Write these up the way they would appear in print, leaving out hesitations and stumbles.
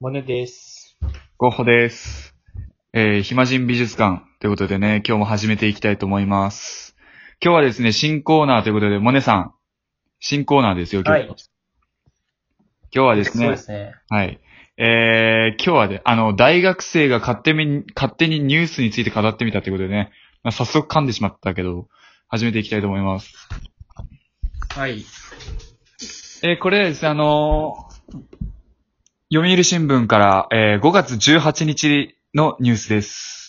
モネです。 ゴッホです。暇人美術館ということでね、今日も始めていきたいと思います。今日はですね、新コーナーということで、モネさん、新コーナーですよ、今日。 はい。 今日はですね、 そうですね。 はい。今日は大学生が勝手にニュースについて語ってみたということでね、早速噛んでしまったけど、始めていきたいと思います。 はい。 これですね、読売新聞から、5月18日のニュースです。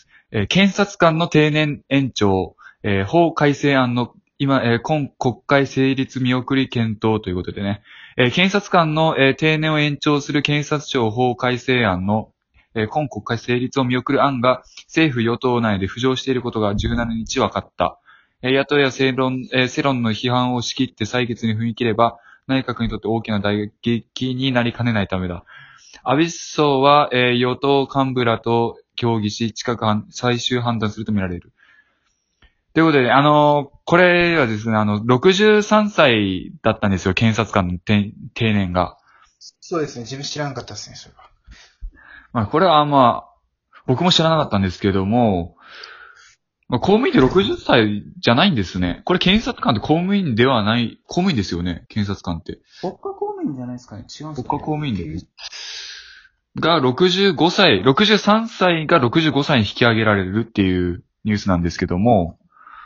検察官の定年延長、法改正案の今国会成立見送り検討ということでね、検察官の、定年を延長する検察庁法改正案の、今国会成立を見送る案が政府与党内で浮上していることが17日分かった。野党や世論の批判を仕切って採決に踏み切れば、内閣にとって大きな打撃になりかねないためだ。安倍首相は、与党幹部らと協議し、近く最終判断するとみられる。ということで、これはですね、63歳だったんですよ、検察官の定年が。 そうですね。自分知らなかったですね、それは。 まあ、これは僕も知らなかったんですけども、公務員って60歳じゃないんですね。これ検察官って公務員ではない、公務員ですよね、検察官って。 国家公務員じゃないですかね。違うんですかね。 国家公務員です。が65歳、63歳が65歳に引き上げられるっていうニュースなんですけども、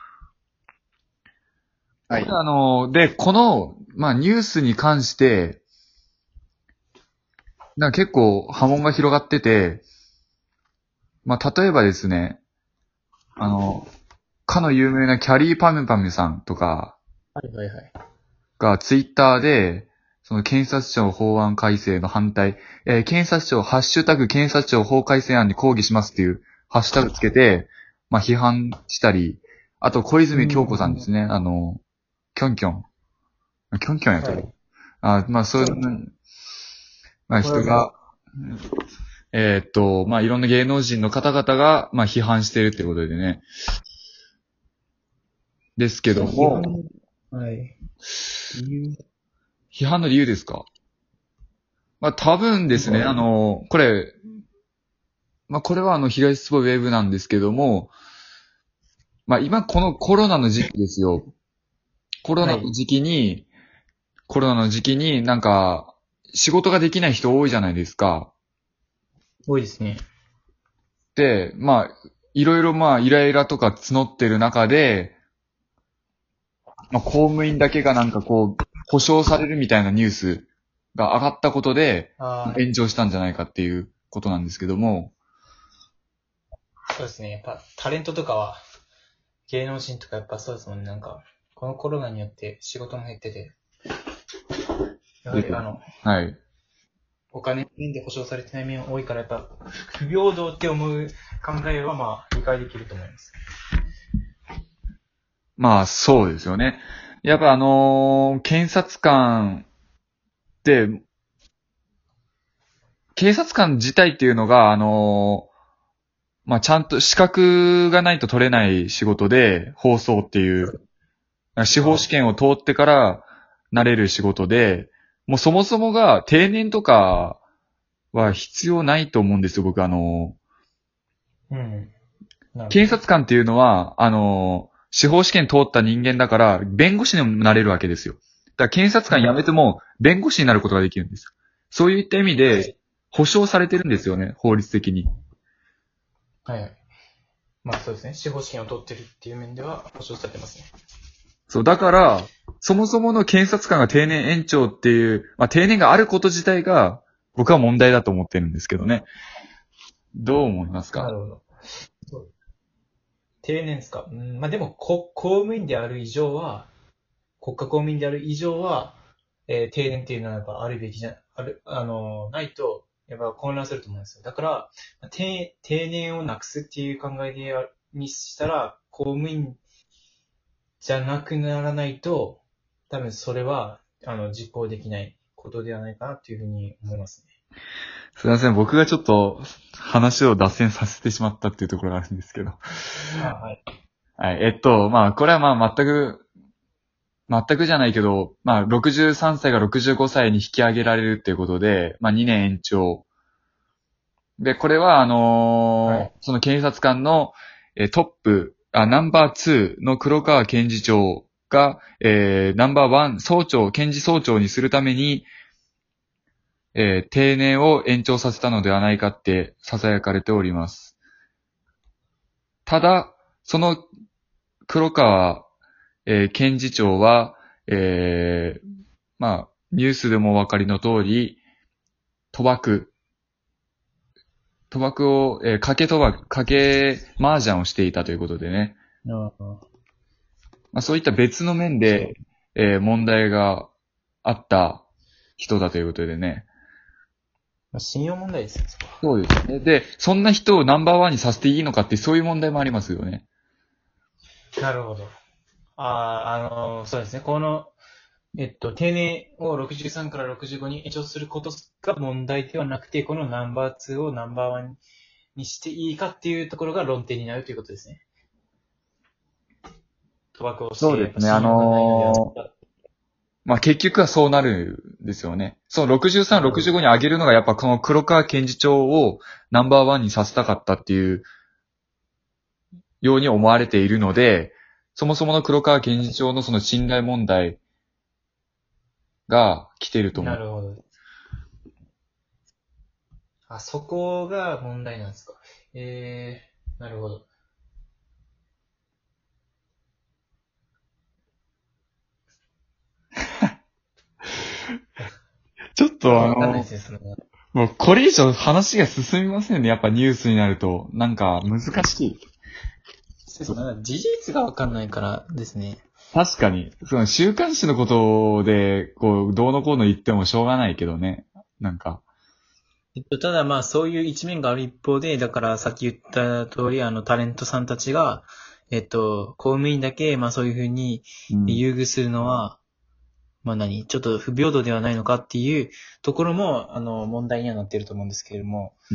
はい。 これで、この、ニュースに関して、結構波紋が広がってて、例えばですね、あの、かの有名なキャリーパムパムさんとかはいはいはい。 がツイッターで、その検察庁法案改正の反対、検察庁、ハッシュタグ検察庁法改正案に抗議しますっていうハッシュタグつけて、批判したり、あと小泉京子さんですね、キョンキョン。キョンキョンやったら。そういう、人が、いろんな芸能人の方々が、批判してるってことでね。ですけども、 はい。理由。 批判の理由ですか？多分ですね、これ、これは東坪ウェブなんですけども、今このコロナの時期ですよ。コロナの時期に、コロナの時期に仕事ができない人多いじゃないですか。 多いですね。 で、いろいろイライラとか募ってる中で、公務員だけが保障されるみたいなニュースが上がったことで、 ああ、 炎上したんじゃないかっていうことなんですけども、 そうですね。やっぱタレントとかは、芸能人とかやっぱそうですもんね。このコロナによって仕事も減ってて、やはりはい。 お金面で保証されてない面多いから、やっぱ不平等って思う考えは理解できると思います。 そうですよね。やっぱ検察官って、警察官自体っていうのが、ちゃんと資格がないと取れない仕事で、放送っていう、司法試験を通ってからなれる仕事で、もうそもそもが定年とかは必要ないと思うんですよ、僕うん。 検察官っていうのは、司法試験通った人間だから、弁護士にもなれるわけですよ。だから検察官辞めても、弁護士になることができるんですよ。そういった意味で、保障されてるんですよね、法律的に。 はいはい。そうですね。司法試験を取ってるっていう面では保証されてますね。 そう、だから、そもそもの検察官が定年延長っていう、定年があること自体が、僕は問題だと思ってるんですけどね。どう思いますか？ なるほど。そう定年ですか。でも、公務員である以上は、国家公務員である以上は、定年っていうのはやっぱあるべきじゃ、ある、ないと、やっぱ混乱すると思うんですよ。だから、定年をなくすっていう考えでにしたら、公務員じゃなくならないと、多分それは、実行できないことではないかなっていうふうに思いますね。 すいません、僕がちょっと話を脱線させてしまったっていうところがあるんですけど。 はい。 はい。これは全くじゃないけど、63歳が65歳に引き上げられるっていうことで、2年延長。 で、これははい。 その検察官の、トップ、ナンバー2の黒川検事長が、ナンバー1検事総長にするために、定年を延長させたのではないかって囁かれております。ただ、その黒川、検事長は、まあ、ニュースでもお分かりの通り、賭博、賭博を、賭け麻雀をしていたということでね。 ああ、 まあ、そういった別の面で、 そう。 問題があった人だということでね。 まあ、信用問題ですね、そこは。 そうですね。で、そんな人をナンバーワンにさせていいのかってそういう問題もありますよね。 なるほど。そうですね。この、定年を63から65に延長することが問題ではなくて、このナンバー2をナンバーワンにしていいかっていうところが論点になるということですね。賭博をして、やっぱそうですね。 信用がないのではないか。 まあ、結局はそうなるんですよね。そう、63、 なるほど。 65に上げるのがやっぱこの黒川検事長をナンバーワンにさせたかったっていうように思われているので、そもそもの黒川検事長のその信頼問題が来てると思う。 なるほど。あ、そこが問題なんですか。なるほど。 ちょっとよくわかんないですね、それは。 もうこれ以上話が進みませんね。やっぱニュースになると。なんか難しい。 そうなんか事実がわかんないからですね。 確かに。その週刊誌のことで、こう、どうのこうの言ってもしょうがないけどね。なんか。 ただまあそういう一面がある一方で、だからさっき言った通り、タレントさんたちが、公務員だけ、まあそういうふうにうん。 優遇するのは、まあちょっと不平等ではないのかっていうところも、問題にはなっていると思うんですけれども、 うん。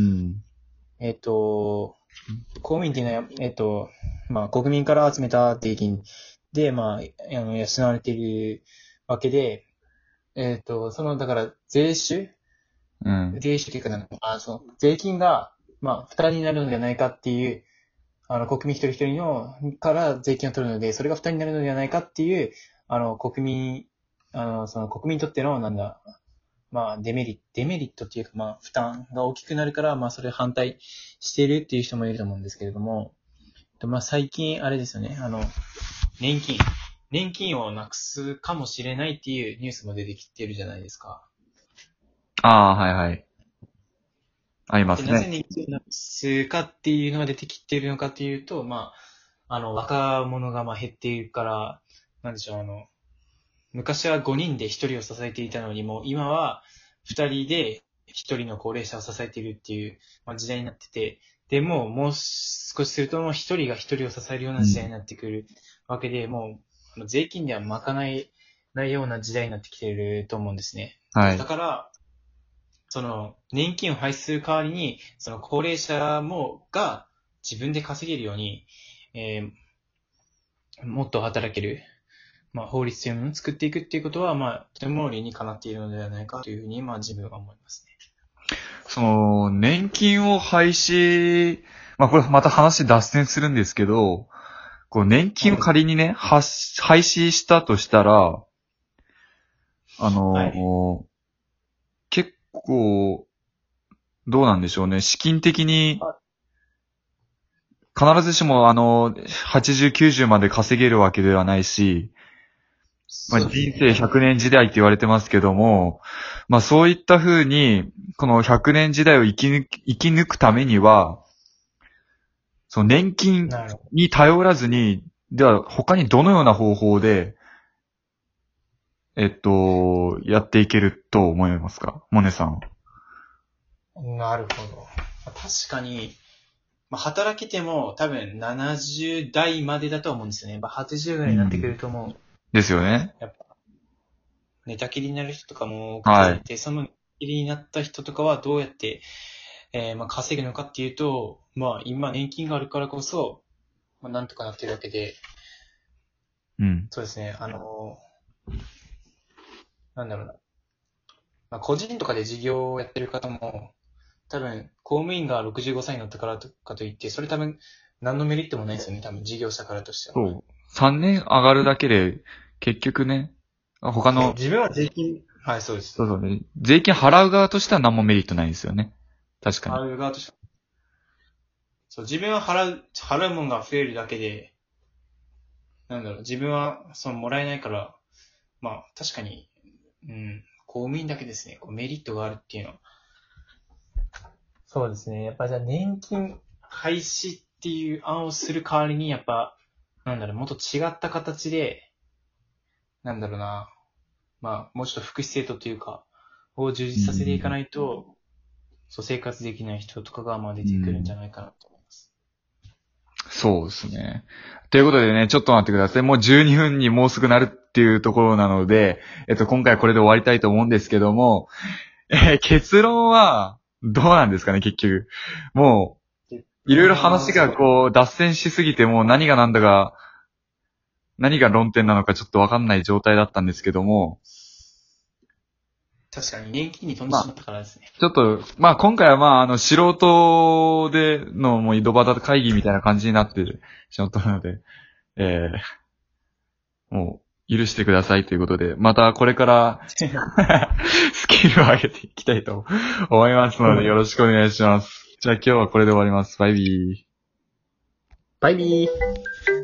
公務員っていうのは、まあ国民から集めた税金で、まあ、養われているわけで、だからうん。 税収というか税金が、まあ、負担になるのではないかっていう、国民一人一人から税金を取るので、それが負担になるのではないかっていう、国民、その国民にとっての、まあ、デメリットっていうか、まあ、負担が大きくなるから、まあ、それ反対しているっていう人もいると思うんですけれども、まあ、最近、あれですよね、年金。年金をなくすかもしれないっていうニュースも出てきてるじゃないですか。 ああ、はいはい。ありまで、 すね。 なぜ日給なくすかっていうのが出てきているのかっていうと、まあ、若者がまあ減っているから、なんでしょう、昔は5人で1人を支えていたのにも、今は2人で1人の高齢者を支えているっていう、まあ、時代になってて、で、もう少しするともう1人が1人を支えるような時代になってくるわけで、もう、税金では賄えないような時代になってきていると思うんですね。 はい。 だから、年金を廃止する代わりに、高齢者が自分で稼げるように、もっと働ける、まあ、法律というものを作っていくっていうことは、まあ、とても理にかなっているのではないかというふうに、まあ、自分は思いますね。 その、年金を廃止、まあこれまた話脱線するんですけど、こう年金をはい。 仮にね、廃止したとしたら、あはい。 の結構、どうなんでしょうね。資金的に、 あ、 必ずしも80、90まで稼げるわけではないし、まあ、 そうですね。 人生100年時代って言われてますけども、まあそういった風に、この100年時代を生き抜くためには、その年金なるほに頼らずに、では他にどのような方法で、やっていけると思いますかモネさん。 ど。なるほど。確かに、まあ、働けても多分70代までだと思うんですよね。まあ、80ぐらいになってくうん。 るともう、 ですよね。 やっぱ寝たきりになる人とかも多くて、 はい。 で、その寝たきりになった人とかはどうやって、まあ、稼ぐのかっていうと、まあ、今年金があるからこそ、まあ、なんとかなってるわけで、 うん。 そうですね、なんだろうな。まあ、個人とかで事業をやってる方も、 多分、公務員が65歳になったからとかといって、それ多分、何のメリットもないですよね。多分、事業者からとしては。 そう。3年上がるだけで、結局ね、他の、 自分は税金、はい、そうです。 そうそうね、税金払う側としては何もメリットないんですよね。確かに。 払う側としては。そう、自分は払うもんが増えるだけで、なんだろう、自分は、もらえないから、まあ、確かに、公務員だけですね、こうメリットがあるっていうのは。そうですね。やっぱじゃあ年金廃止っていう案をする代わりに、やっぱ、なんだろう、もっと違った形で、なんだろうな、まあ、もうちょっと福祉制度というか、を充実させていかないと、そう生活できない人とかがまあ出てくるんじゃないかなと思います。 そうですね。ということでね、ちょっと待ってください。もう12分にもうすぐなるっていうところなので、今回これで終わりたいと思うんですけども、結論は、どうなんですかね、結局。もう、いろいろ話がこう、脱線しすぎて、もう何が何だか、何が論点なのかちょっとわかんない状態だったんですけども、 確かに年金に飛んでしまったからですね。 ちょっと、今回は素人でのもう井戸端会議みたいな感じになってしまったので、もう、許してくださいということで、またこれからスキルを上げていきたいと思いますので、よろしくお願いします。じゃあ今日はこれで終わります。バイビー。 バイビー。